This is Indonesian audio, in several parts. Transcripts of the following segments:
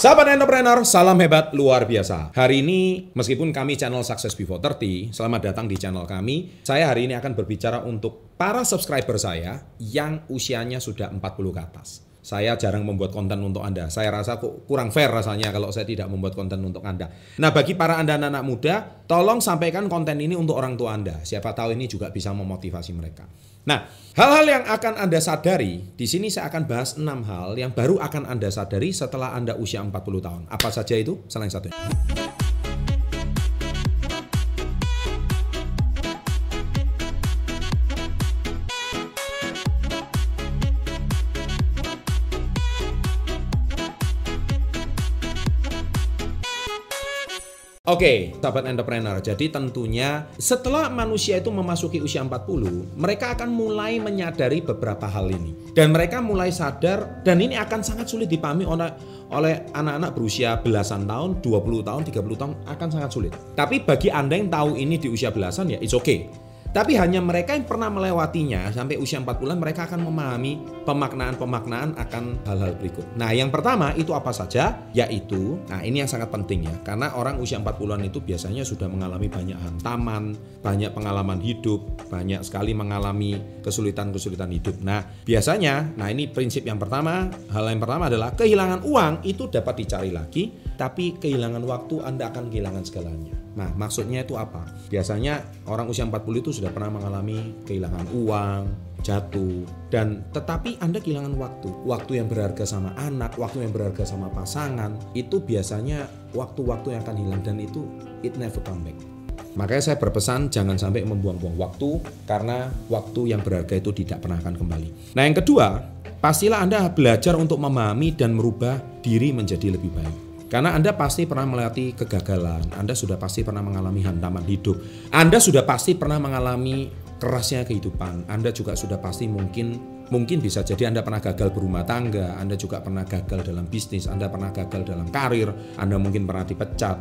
Sahabat entrepreneur, salam hebat luar biasa. Hari ini, meskipun kami channel Success Before 30, selamat datang di channel kami. Saya hari ini akan berbicara untuk para subscriber saya yang usianya sudah 40 ke atas. Saya jarang membuat konten untuk Anda. Saya rasa kok kurang fair rasanya kalau saya tidak membuat konten untuk Anda. Nah, bagi para Anda anak muda, tolong sampaikan konten ini untuk orang tua Anda. Siapa tahu ini juga bisa memotivasi mereka. Nah, hal-hal yang akan Anda sadari, di sini saya akan bahas 6 hal yang baru akan Anda sadari setelah Anda usia 40 tahun. Apa saja itu? Salah satunya. Oke, sahabat entrepreneur. Jadi tentunya setelah manusia itu memasuki usia 40, mereka akan mulai menyadari beberapa hal ini. Dan mereka mulai sadar, dan ini akan sangat sulit dipahami oleh anak-anak berusia belasan tahun, 20 tahun, 30 tahun, akan sangat sulit. Tapi bagi Anda yang tahu ini di usia belasan, ya it's okay. Tapi hanya mereka yang pernah melewatinya sampai usia 40-an, mereka akan memahami pemaknaan-pemaknaan akan hal-hal berikut. Nah, yang pertama itu apa saja? Yaitu, nah ini yang sangat penting ya, karena orang usia 40-an itu biasanya sudah mengalami banyak hantaman, banyak pengalaman hidup, banyak sekali mengalami kesulitan-kesulitan hidup. Nah, biasanya, nah ini prinsip yang pertama, hal yang pertama adalah kehilangan uang itu dapat dicari lagi, tapi kehilangan waktu Anda akan kehilangan segalanya. Nah, maksudnya itu apa? Biasanya orang usia 40 itu sudah pernah mengalami kehilangan uang, jatuh, dan tetapi Anda kehilangan waktu. Waktu yang berharga sama anak, waktu yang berharga sama pasangan, itu biasanya waktu-waktu yang akan hilang dan itu it never come back. Makanya saya berpesan jangan sampai membuang-buang waktu karena waktu yang berharga itu tidak pernah akan kembali. Nah, yang kedua, pastilah Anda belajar untuk memahami dan merubah diri menjadi lebih baik. Karena Anda pasti pernah melewati kegagalan, Anda sudah pasti pernah mengalami hantaman hidup, Anda sudah pasti pernah mengalami kerasnya kehidupan, Anda juga sudah pasti mungkin bisa jadi Anda pernah gagal berumah tangga, Anda juga pernah gagal dalam bisnis, Anda pernah gagal dalam karir, Anda mungkin pernah dipecat,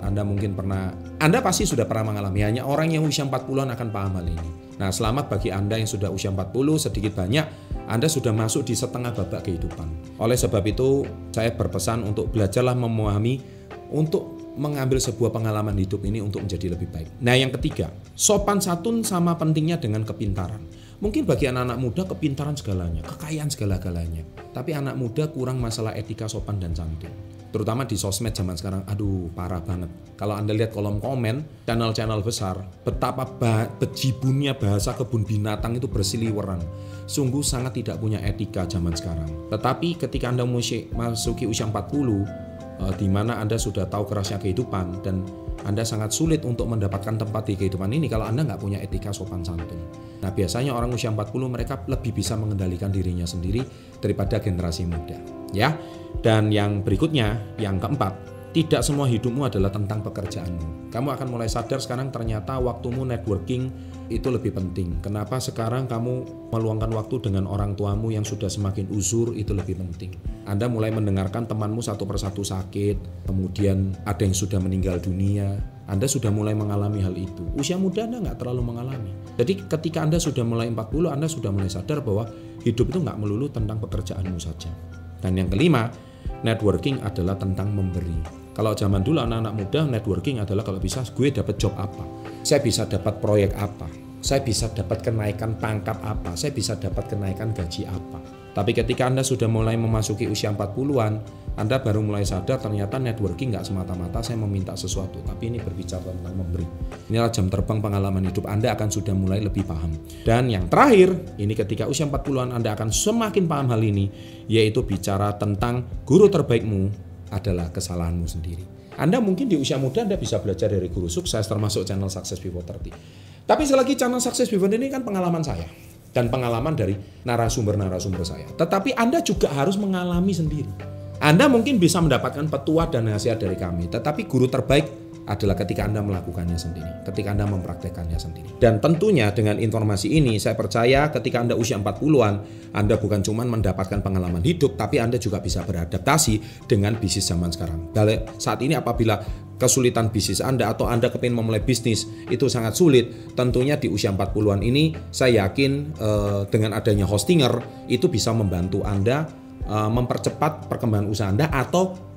Anda pasti sudah pernah mengalami. Hanya orang yang usia 40-an akan paham hal ini. Nah, selamat bagi Anda yang sudah usia 40, sedikit banyak Anda sudah masuk di setengah babak kehidupan. Oleh sebab itu, saya berpesan untuk belajarlah memahami untuk mengambil sebuah pengalaman hidup ini untuk menjadi lebih baik. Nah, yang ketiga, sopan santun sama pentingnya dengan kepintaran. Mungkin bagi anak-anak muda kepintaran segalanya, kekayaan segala-galanya. Tapi anak muda kurang masalah etika sopan dan santun. Terutama di sosmed zaman sekarang, aduh parah banget. Kalau Anda lihat kolom komen, channel-channel besar, betapa bejibunnya bahasa kebun binatang itu bersiliweran. Sungguh sangat tidak punya etika zaman sekarang. Tetapi ketika Anda masuki usia 40, di mana Anda sudah tahu kerasnya kehidupan dan Anda sangat sulit untuk mendapatkan tempat di kehidupan ini kalau Anda nggak punya etika sopan santun. Nah, biasanya orang usia 40 mereka lebih bisa mengendalikan dirinya sendiri daripada generasi muda. Ya. Dan yang berikutnya, yang keempat, tidak semua hidupmu adalah tentang pekerjaanmu. Kamu akan mulai sadar sekarang ternyata waktumu networking itu lebih penting. Kenapa sekarang kamu meluangkan waktu dengan orang tuamu yang sudah semakin uzur itu lebih penting. Anda mulai mendengarkan temanmu satu persatu sakit, kemudian ada yang sudah meninggal dunia. Anda sudah mulai mengalami hal itu. Usia muda Anda nggak terlalu mengalami. Jadi ketika Anda sudah mulai 40, Anda sudah mulai sadar bahwa hidup itu nggak melulu tentang pekerjaanmu saja. Dan yang kelima, networking adalah tentang memberi. Kalau zaman dulu anak-anak muda networking adalah kalau bisa gue dapat job apa, saya bisa dapat proyek apa, saya bisa dapat kenaikan pangkat apa, saya bisa dapat kenaikan gaji apa. Tapi ketika Anda sudah mulai memasuki usia 40-an, Anda baru mulai sadar ternyata networking nggak semata-mata saya meminta sesuatu, tapi ini berbicara tentang memberi. Inilah jam terbang pengalaman hidup Anda akan sudah mulai lebih paham. Dan yang terakhir, ini ketika usia 40-an Anda akan semakin paham hal ini, yaitu bicara tentang guru terbaikmu adalah kesalahanmu sendiri. Anda mungkin di usia muda Anda bisa belajar dari guru sukses termasuk channel Success Before 30. Tapi selagi channel Success Before ini kan pengalaman saya dan pengalaman dari narasumber-narasumber saya. Tetapi Anda juga harus mengalami sendiri. Anda mungkin bisa mendapatkan petuah dan nasihat dari kami, tetapi guru terbaik adalah ketika Anda melakukannya sendiri, ketika Anda mempraktekannya sendiri. Dan tentunya dengan informasi ini saya percaya ketika Anda usia 40-an, Anda bukan cuma mendapatkan pengalaman hidup, tapi Anda juga bisa beradaptasi dengan bisnis zaman sekarang. Saat ini apabila kesulitan bisnis Anda atau Anda kepingin memulai bisnis itu sangat sulit, tentunya di usia 40-an ini saya yakin dengan adanya Hostinger itu bisa membantu Anda mempercepat perkembangan usaha Anda atau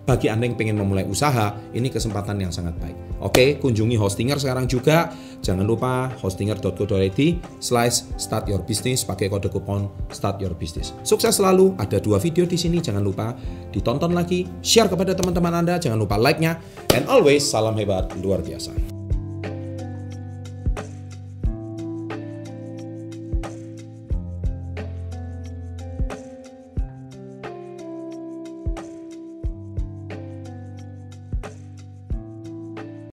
bagi Anda yang pengen memulai usaha, ini kesempatan yang sangat baik. Oke, kunjungi Hostinger sekarang juga. Jangan lupa hostinger.co.id/startyourbusiness pakai kode kupon startyourbusiness. Sukses selalu. Ada 2 video di sini, jangan lupa ditonton lagi, share kepada teman-teman Anda, jangan lupa like-nya, and always salam hebat luar biasa.